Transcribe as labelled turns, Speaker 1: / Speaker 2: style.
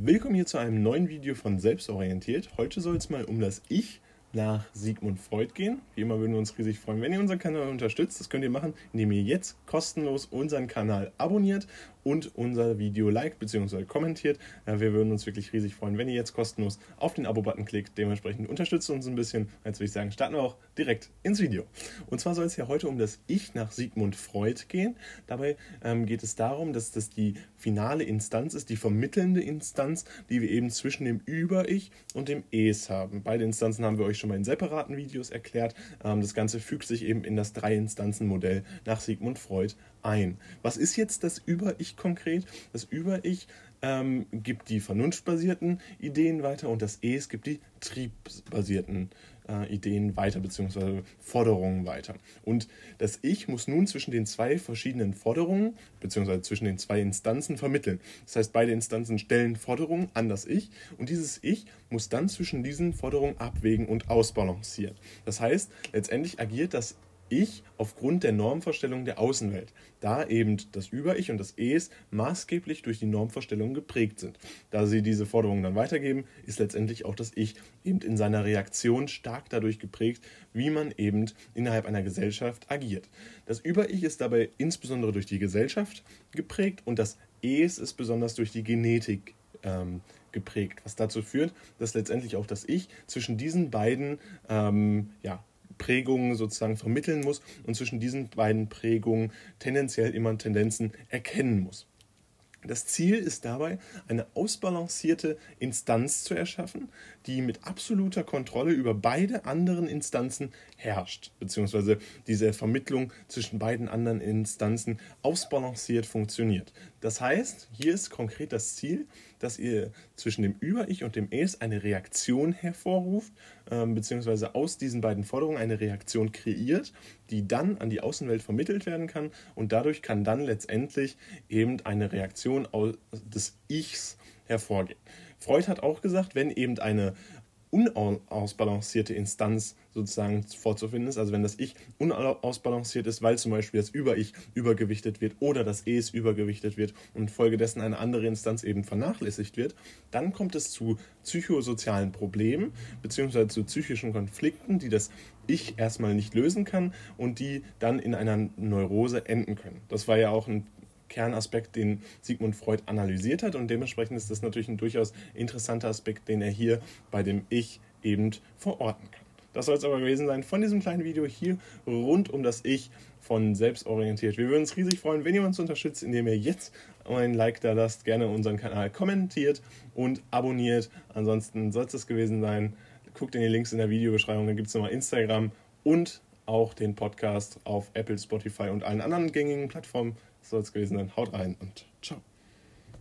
Speaker 1: Willkommen hier zu einem neuen Video von Selbstorientiert. Heute soll es mal um das Ich nach Sigmund Freud gehen. Wie immer würden wir uns riesig freuen, wenn ihr unseren Kanal unterstützt. Das könnt ihr machen, indem ihr jetzt kostenlos unseren Kanal abonniert und unser Video liked bzw. kommentiert. Wir würden uns wirklich riesig freuen, wenn ihr jetzt kostenlos auf den Abo-Button klickt. Dementsprechend unterstützt uns ein bisschen. Jetzt würde ich sagen, starten wir auch direkt ins Video. Und zwar soll es ja heute um das Ich nach Sigmund Freud gehen. Dabei geht es darum, dass das die finale Instanz ist, die vermittelnde Instanz, die wir eben zwischen dem Über-Ich und dem Es haben. Beide Instanzen haben wir euch schon mal in separaten Videos erklärt. Das Ganze fügt sich eben in das Drei-Instanzen-Modell nach Sigmund Freud ein. Was ist jetzt das Über-Ich konkret? Das Über-Ich gibt die vernunftbasierten Ideen weiter und das Es gibt die triebbasierten Ideen weiter bzw. Forderungen weiter. Und das Ich muss nun zwischen den zwei verschiedenen Forderungen bzw. zwischen den zwei Instanzen vermitteln. Das heißt, beide Instanzen stellen Forderungen an das Ich und dieses Ich muss dann zwischen diesen Forderungen abwägen und ausbalancieren. Das heißt, letztendlich agiert das Ich aufgrund der Normvorstellung der Außenwelt, da eben das Über-Ich und das Es maßgeblich durch die Normvorstellungen geprägt sind. Da sie diese Forderungen dann weitergeben, ist letztendlich auch das Ich eben in seiner Reaktion stark dadurch geprägt, wie man eben innerhalb einer Gesellschaft agiert. Das Über-Ich ist dabei insbesondere durch die Gesellschaft geprägt und das Es ist besonders durch die Genetik geprägt, was dazu führt, dass letztendlich auch das Ich zwischen diesen beiden Prägungen sozusagen vermitteln muss und zwischen diesen beiden Prägungen tendenziell immer Tendenzen erkennen muss. Das Ziel ist dabei, eine ausbalancierte Instanz zu erschaffen, die mit absoluter Kontrolle über beide anderen Instanzen herrscht, beziehungsweise diese Vermittlung zwischen beiden anderen Instanzen ausbalanciert funktioniert. Das heißt, hier ist konkret das Ziel, dass ihr zwischen dem Über-Ich und dem Es eine Reaktion hervorruft, beziehungsweise aus diesen beiden Forderungen eine Reaktion kreiert, die dann an die Außenwelt vermittelt werden kann und dadurch kann dann letztendlich eben eine Reaktion des Ichs hervorgehen. Freud hat auch gesagt, wenn eben eine unausbalancierte Instanz sozusagen vorzufinden ist, also wenn das Ich unausbalanciert ist, weil zum Beispiel das Über-Ich übergewichtet wird oder das Es übergewichtet wird und folgedessen eine andere Instanz eben vernachlässigt wird, dann kommt es zu psychosozialen Problemen bzw. zu psychischen Konflikten, die das Ich erstmal nicht lösen kann und die dann in einer Neurose enden können. Das war ja auch ein Kernaspekt, den Sigmund Freud analysiert hat und dementsprechend ist das natürlich ein durchaus interessanter Aspekt, den er hier bei dem Ich eben verorten kann. Das soll es aber gewesen sein von diesem kleinen Video hier rund um das Ich von Selbstorientiert. Wir würden uns riesig freuen, wenn ihr uns unterstützt, indem ihr jetzt ein Like da lasst, gerne unseren Kanal kommentiert und abonniert. Ansonsten soll es das gewesen sein. Guckt in die Links in der Videobeschreibung, dann gibt es nochmal Instagram und auch den Podcast auf Apple, Spotify und allen anderen gängigen Plattformen. Das soll es gewesen sein. Haut rein und ciao.